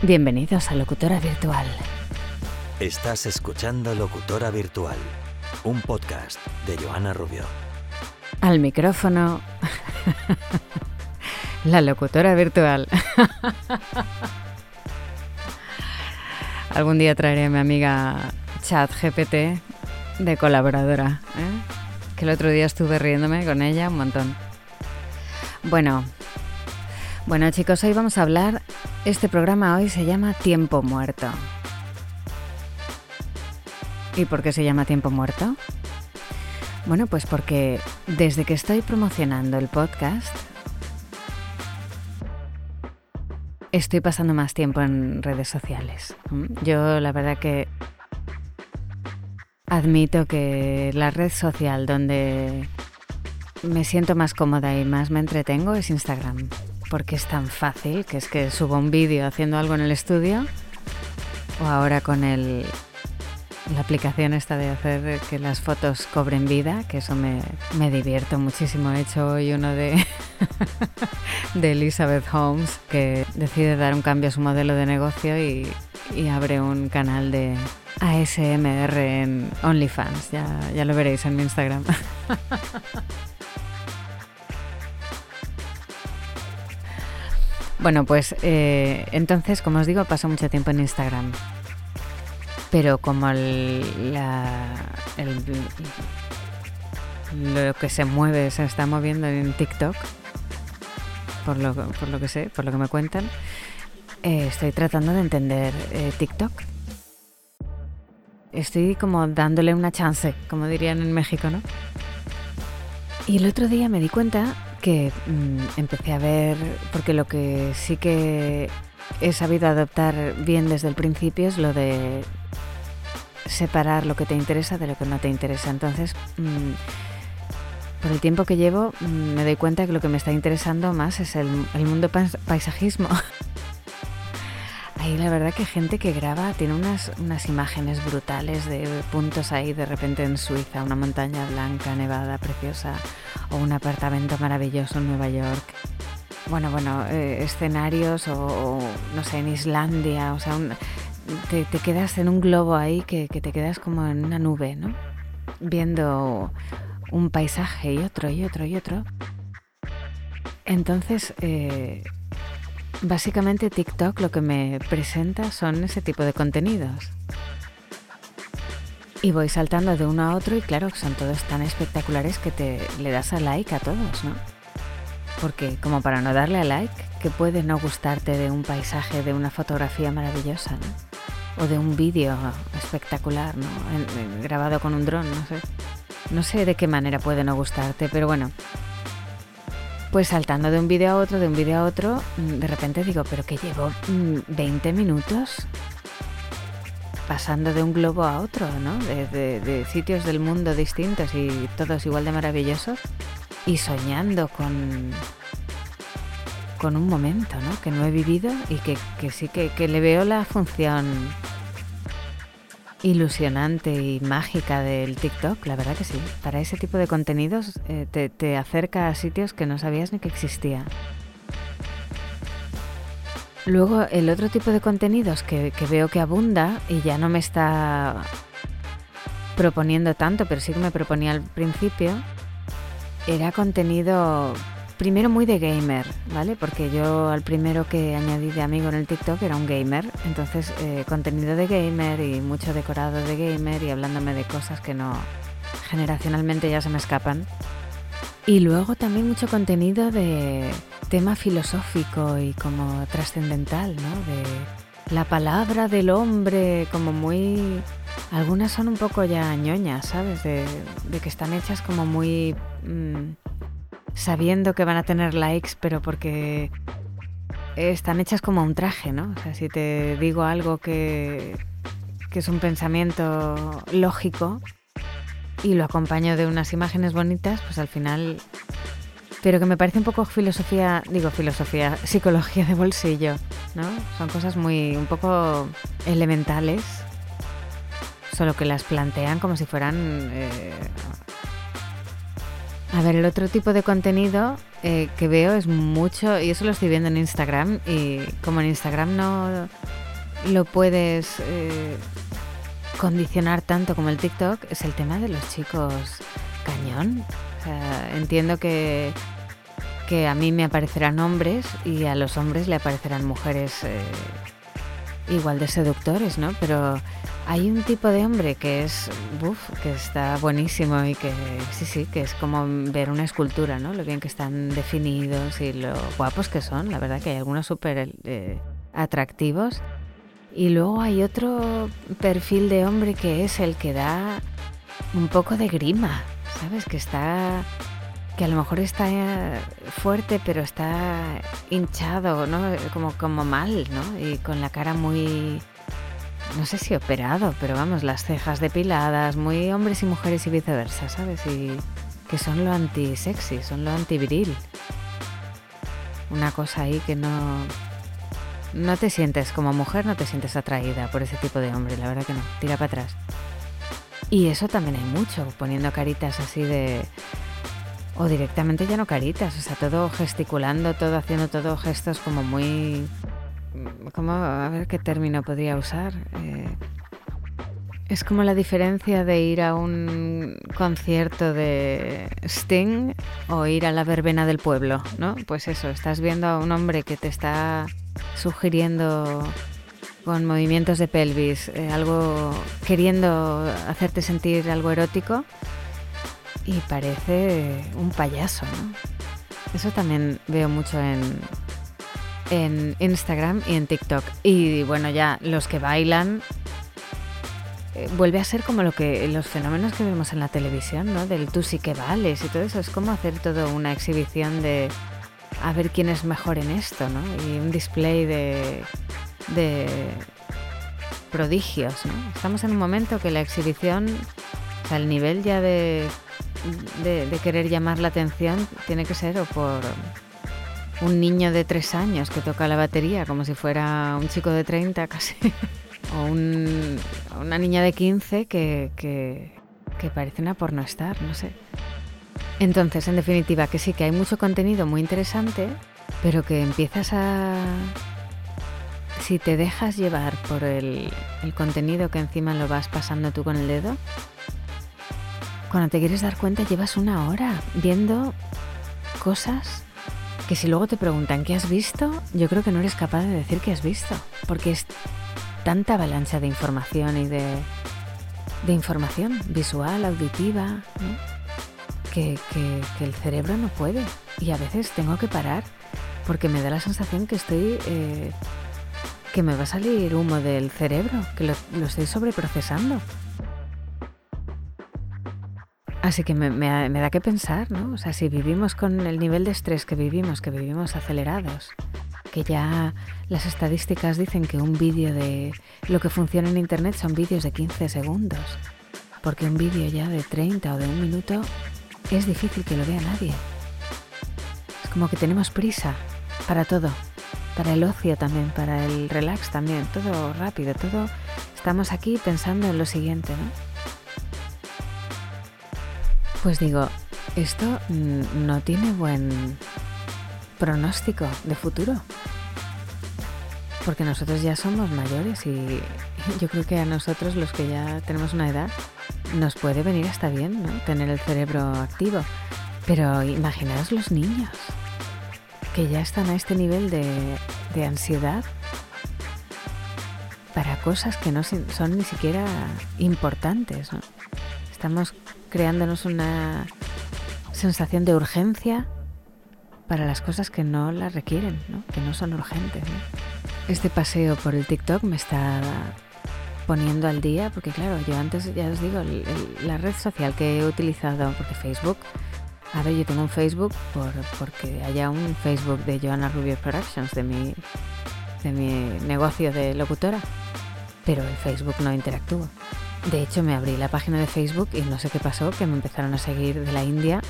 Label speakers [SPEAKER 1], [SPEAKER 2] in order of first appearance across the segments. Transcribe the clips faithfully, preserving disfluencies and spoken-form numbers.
[SPEAKER 1] Bienvenidos a Locutora Virtual.
[SPEAKER 2] Estás escuchando Locutora Virtual, un podcast de Joana Rubio.
[SPEAKER 1] Al micrófono, la locutora virtual. Algún día traeré a mi amiga ChatGPT de colaboradora, ¿eh? Que el otro día estuve riéndome con ella un montón. Bueno, bueno chicos, hoy vamos a hablar, este programa hoy se llama Tiempo Muerto. ¿Y por qué se llama Tiempo Muerto? Bueno, pues porque desde que estoy promocionando el podcast, estoy pasando más tiempo en redes sociales. Yo la verdad que admito que la red social donde me siento más cómoda y más me entretengo es Instagram, porque es tan fácil, que es que subo un vídeo haciendo algo en el estudio, o ahora con el... la aplicación esta de hacer que las fotos cobren vida, que eso me, me divierto muchísimo. He hecho hoy uno de, de Elizabeth Holmes, que decide dar un cambio a su modelo de negocio y, y abre un canal de A S M R en OnlyFans. Ya, ya lo veréis en mi Instagram. Bueno, pues eh, entonces, como os digo, paso mucho tiempo en Instagram. Pero como el, la, el, lo que se mueve se está moviendo en TikTok, por lo, por lo que sé, por lo que me cuentan, eh, estoy tratando de entender eh, TikTok. Estoy como dándole una chance, como dirían en México, ¿no? Y el otro día me di cuenta que mmm, empecé a ver, porque lo que sí que he sabido adoptar bien desde el principio es lo de separar lo que te interesa de lo que no te interesa. Entonces, mmm, por el tiempo que llevo, mmm, me doy cuenta que lo que me está interesando más es el, el mundo pais- paisajismo. Ahí la verdad que gente que graba tiene unas, unas imágenes brutales de puntos ahí de repente en Suiza, una montaña blanca, nevada, preciosa, o un apartamento maravilloso en Nueva York. Bueno, bueno, eh, escenarios o, o, no sé, en Islandia, o sea, un, te, te quedas en un globo ahí que, que te quedas como en una nube, ¿no? Viendo un paisaje y otro y otro y otro. Entonces, eh, básicamente TikTok lo que me presenta son ese tipo de contenidos. Y voy saltando de uno a otro y claro, son todos tan espectaculares que te le das a like a todos, ¿no? Porque como para no darle a like, ¿qué puede no gustarte de un paisaje, de una fotografía maravillosa, ¿no? O de un vídeo espectacular, ¿no? En, en, grabado con un dron, no sé. No sé de qué manera puede no gustarte, pero bueno. Pues saltando de un vídeo a otro, de un vídeo a otro, de repente digo, ¿pero qué llevo? ¿veinte minutos? Pasando de un globo a otro, ¿no? De, de, de sitios del mundo distintos y todos igual de maravillosos. Y soñando con, con un momento, ¿no? Que no he vivido y que, que sí que, que le veo la función ilusionante y mágica del TikTok, la verdad que sí. Para ese tipo de contenidos eh, te, te acerca a sitios que no sabías ni que existía. Luego el otro tipo de contenidos que, que veo que abunda y ya no me está proponiendo tanto, pero sí que me proponía al principio, era contenido primero muy de gamer, ¿vale? Porque yo al primero que añadí de amigo en el TikTok era un gamer, entonces eh, contenido de gamer y mucho decorado de gamer y hablándome de cosas que no, generacionalmente ya se me escapan. Y luego también mucho contenido de tema filosófico y como trascendental, ¿no? De la palabra del hombre, como muy... Algunas son un poco ya ñoñas, ¿sabes? De, de que están hechas como muy... Mmm, sabiendo que van a tener likes, pero porque están hechas como un traje, ¿no? O sea, si te digo algo que, que es un pensamiento lógico y lo acompaño de unas imágenes bonitas, pues al final... Pero que me parece un poco filosofía, digo filosofía, psicología de bolsillo, ¿no? Son cosas muy, un poco elementales, solo que las plantean como si fueran... Eh... A ver, el otro tipo de contenido eh, que veo es mucho, y eso lo estoy viendo en Instagram, y como en Instagram no lo puedes eh, condicionar tanto como el TikTok, es el tema de los chicos cañón. O sea, entiendo que, que a mí me aparecerán hombres y a los hombres le aparecerán mujeres eh, igual de seductores, ¿no? Pero hay un tipo de hombre que es, uf, que está buenísimo y que sí, sí, que es como ver una escultura, ¿no? Lo bien que están definidos y lo guapos que son. La verdad que hay algunos súper eh, atractivos. Y luego hay otro perfil de hombre que es el que da un poco de grima, ¿sabes? Que está, que a lo mejor está fuerte, pero está hinchado, ¿no? Como, como mal, ¿no? Y con la cara muy, no sé si operado, pero vamos, las cejas depiladas, muy hombres y mujeres y viceversa, ¿sabes? Y que son lo anti-sexy, son lo anti-viril. Una cosa ahí que no... No te sientes, como mujer, no te sientes atraída por ese tipo de hombre, la verdad que no, tira para atrás. Y eso también hay mucho, poniendo caritas así de... O directamente ya no caritas, o sea, todo gesticulando, todo haciendo todo gestos como muy... ¿Cómo? A ver qué término podría usar. Eh... Es como la diferencia de ir a un concierto de Sting o ir a la verbena del pueblo, ¿no? Pues eso, estás viendo a un hombre que te está sugiriendo con movimientos de pelvis, eh, algo queriendo hacerte sentir algo erótico y parece un payaso, ¿no? Eso también veo mucho en, en Instagram y en TikTok. Y bueno, ya los que bailan... Eh, vuelve a ser como lo que los fenómenos que vemos en la televisión, ¿no? Del tú sí que vales y todo eso. Es como hacer toda una exhibición de a ver quién es mejor en esto, ¿no? Y un display de, de prodigios, ¿no? Estamos en un momento que la exhibición, o sea, el nivel ya de, de, de querer llamar la atención tiene que ser o por un niño de tres años que toca la batería como si fuera un chico de treinta casi. O un, una niña de quince que, que, que parece una pornostar, no sé. Entonces, en definitiva, que sí, que hay mucho contenido muy interesante, pero que empiezas a... Si te dejas llevar por el, el contenido que encima lo vas pasando tú con el dedo, cuando te quieres dar cuenta llevas una hora viendo cosas que si luego te preguntan ¿qué has visto? Yo creo que no eres capaz de decir qué has visto, porque es... tanta avalancha de información y de, de información visual, auditiva, ¿no? que, que, que el cerebro no puede. Y a veces tengo que parar porque me da la sensación que estoy... Eh, que me va a salir humo del cerebro, que lo, lo estoy sobreprocesando. Así que me, me, me da que pensar, ¿no? O sea, si vivimos con el nivel de estrés que vivimos, que vivimos acelerados... que ya las estadísticas dicen que un vídeo de lo que funciona en internet son vídeos de quince segundos, porque un vídeo ya de treinta o de un minuto es difícil que lo vea nadie. Es como que tenemos prisa para todo, para el ocio también, para el relax también, todo rápido, todo estamos aquí pensando en lo siguiente, ¿no? Pues digo, esto no tiene buen pronóstico de futuro, porque nosotros ya somos mayores y yo creo que a nosotros, los que ya tenemos una edad, nos puede venir hasta bien, ¿no? Tener el cerebro activo, pero imaginaos los niños que ya están a este nivel de, de ansiedad para cosas que no son ni siquiera importantes, ¿no? Estamos creándonos una sensación de urgencia para las cosas que no las requieren, ¿no? Que no son urgentes, ¿no? Este paseo por el TikTok me está poniendo al día, porque claro, yo antes, ya os digo, el, el, la red social que he utilizado, porque Facebook, a ver, yo tengo un Facebook por, porque haya un Facebook de Joana Rubio Productions, de mi, de mi negocio de locutora, pero el Facebook no interactúo. De hecho, me abrí la página de Facebook y no sé qué pasó, que me empezaron a seguir de la India.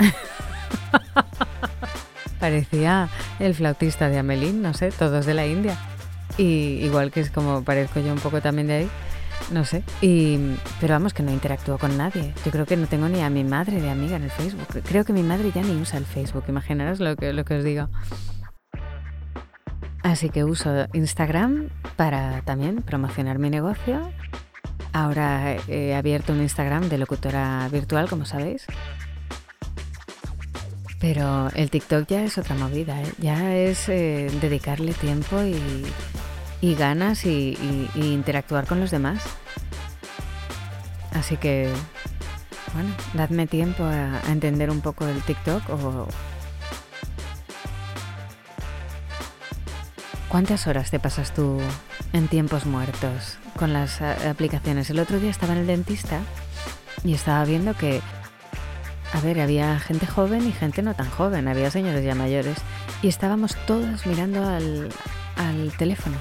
[SPEAKER 1] Parecía el flautista de Amelín, no sé, todos de la India. Y igual que es como parezco yo un poco también de ahí, no sé. Y, pero vamos, que no interactúo con nadie. Yo creo que no tengo ni a mi madre de amiga en el Facebook. Creo que mi madre ya ni usa el Facebook, imaginaros lo que, lo que os digo. Así que uso Instagram para también promocionar mi negocio. Ahora he abierto un Instagram de locutora virtual, como sabéis. Pero el TikTok ya es otra movida, ¿eh? Ya es eh, dedicarle tiempo y, y ganas y, y, y interactuar con los demás. Así que, bueno, dadme tiempo a, a entender un poco el TikTok o... ¿Cuántas horas te pasas tú en tiempos muertos con las aplicaciones? El otro día estaba en el dentista y estaba viendo que, a ver, había gente joven y gente no tan joven, había señores ya mayores y estábamos todos mirando al, al teléfono.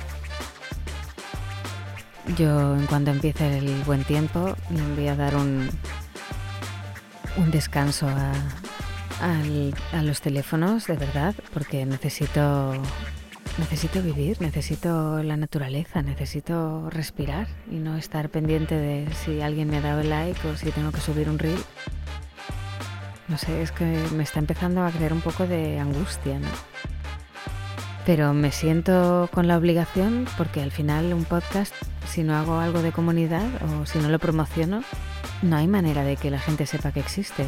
[SPEAKER 1] Yo, en cuanto empiece el buen tiempo, le voy a dar un, un descanso a, a, a los teléfonos, de verdad, porque necesito... Necesito vivir, necesito la naturaleza, necesito respirar y no estar pendiente de si alguien me ha dado like o si tengo que subir un reel. No sé, es que me está empezando a crear un poco de angustia, ¿no? Pero me siento con la obligación porque al final un podcast, si no hago algo de comunidad o si no lo promociono, no hay manera de que la gente sepa que existe.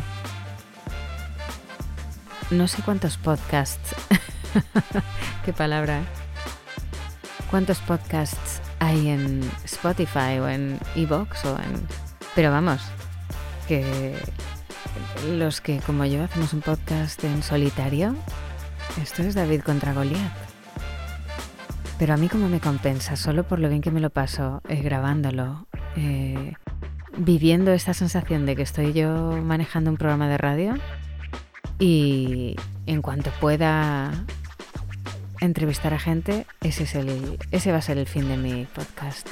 [SPEAKER 1] No sé cuántos podcasts... Qué palabra, ¿eh? ¿Cuántos podcasts hay en Spotify o en iVoox o en... Pero vamos, que los que como yo hacemos un podcast en solitario, esto es David contra Goliat. Pero a mí como me compensa, solo por lo bien que me lo paso eh, grabándolo, eh, viviendo esta sensación de que estoy yo manejando un programa de radio y en cuanto pueda... entrevistar a gente, ese es el, ese va a ser el fin de mi podcast.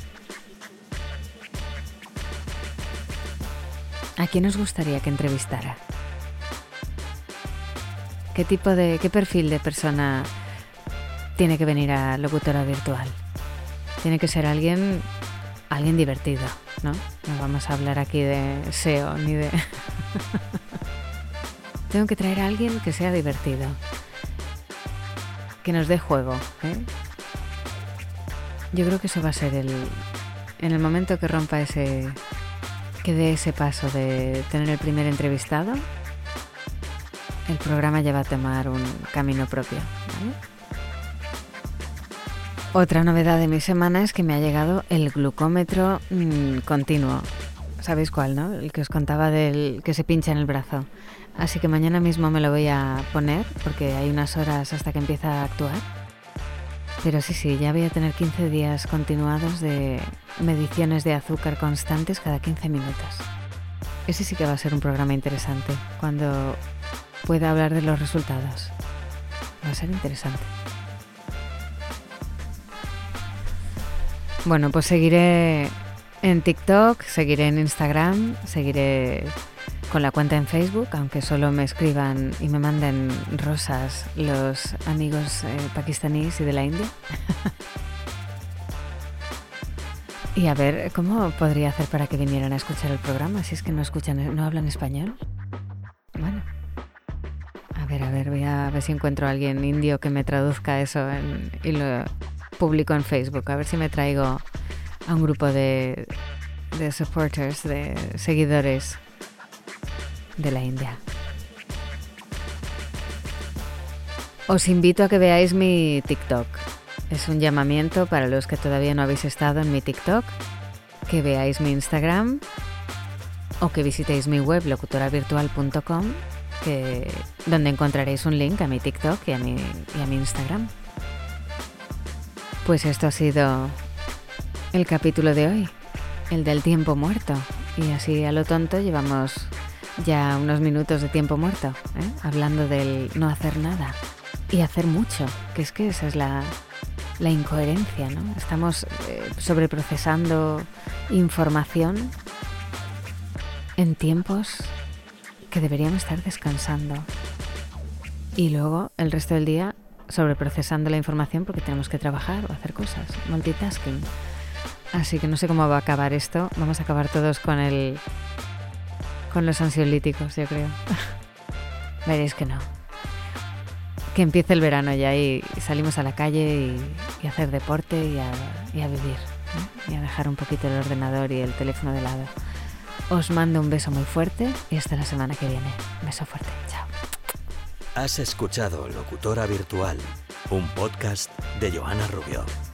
[SPEAKER 1] ¿A quién os gustaría que entrevistara? ¿Qué tipo de, qué perfil de persona tiene que venir a Locutora Virtual? Tiene que ser alguien, alguien divertido, ¿no? No vamos a hablar aquí de S E O ni de... Tengo que traer a alguien que sea divertido. Que nos dé juego, ¿eh? Yo creo que eso va a ser el... En el momento que rompa ese... que dé ese paso de tener el primer entrevistado, el programa ya va a tomar un camino propio, ¿vale? Otra novedad de mi semana es que me ha llegado el glucómetro mmm, continuo. ¿Sabéis cuál, no? El que os contaba del que se pincha en el brazo. Así que mañana mismo me lo voy a poner porque hay unas horas hasta que empieza a actuar. Pero sí, sí, ya voy a tener quince días continuados de mediciones de azúcar constantes cada quince minutos. Ese sí que va a ser un programa interesante cuando pueda hablar de los resultados. Va a ser interesante. Bueno, pues seguiré en TikTok, seguiré en Instagram, seguiré... con la cuenta en Facebook, aunque solo me escriban y me manden rosas los amigos eh, pakistaníes y de la India. Y a ver, ¿cómo podría hacer para que vinieran a escuchar el programa si es que no escuchan, no hablan español? Bueno, a ver, a ver, voy a ver si encuentro a alguien indio que me traduzca eso en, y lo publico en Facebook. A ver si me traigo a un grupo de, de supporters, de seguidores de la India. Os invito a que veáis mi TikTok. Es un llamamiento para los que todavía no habéis estado en mi TikTok, que veáis mi Instagram o que visitéis mi web locutora virtual punto com, que, donde encontraréis un link a mi TikTok y a mi, y a mi Instagram. Pues esto ha sido el capítulo de hoy, el del tiempo muerto. Y así a lo tonto llevamos ya unos minutos de tiempo muerto, ¿eh? Hablando del no hacer nada y hacer mucho, que es que esa es la, la incoherencia, ¿no? Estamos eh, sobreprocesando información en tiempos que deberíamos estar descansando y luego el resto del día sobreprocesando la información porque tenemos que trabajar o hacer cosas, multitasking. Así que no sé cómo va a acabar esto. Vamos a acabar todos con el con los ansiolíticos, yo creo. Veréis que no. Que empiece el verano ya y salimos a la calle y, y a hacer deporte y a, y a vivir, ¿no? Y a dejar un poquito el ordenador y el teléfono de lado. Os mando un beso muy fuerte y hasta la semana que viene. Un beso fuerte. Chao.
[SPEAKER 2] Has escuchado Locutora Virtual, un podcast de Joana Rubio.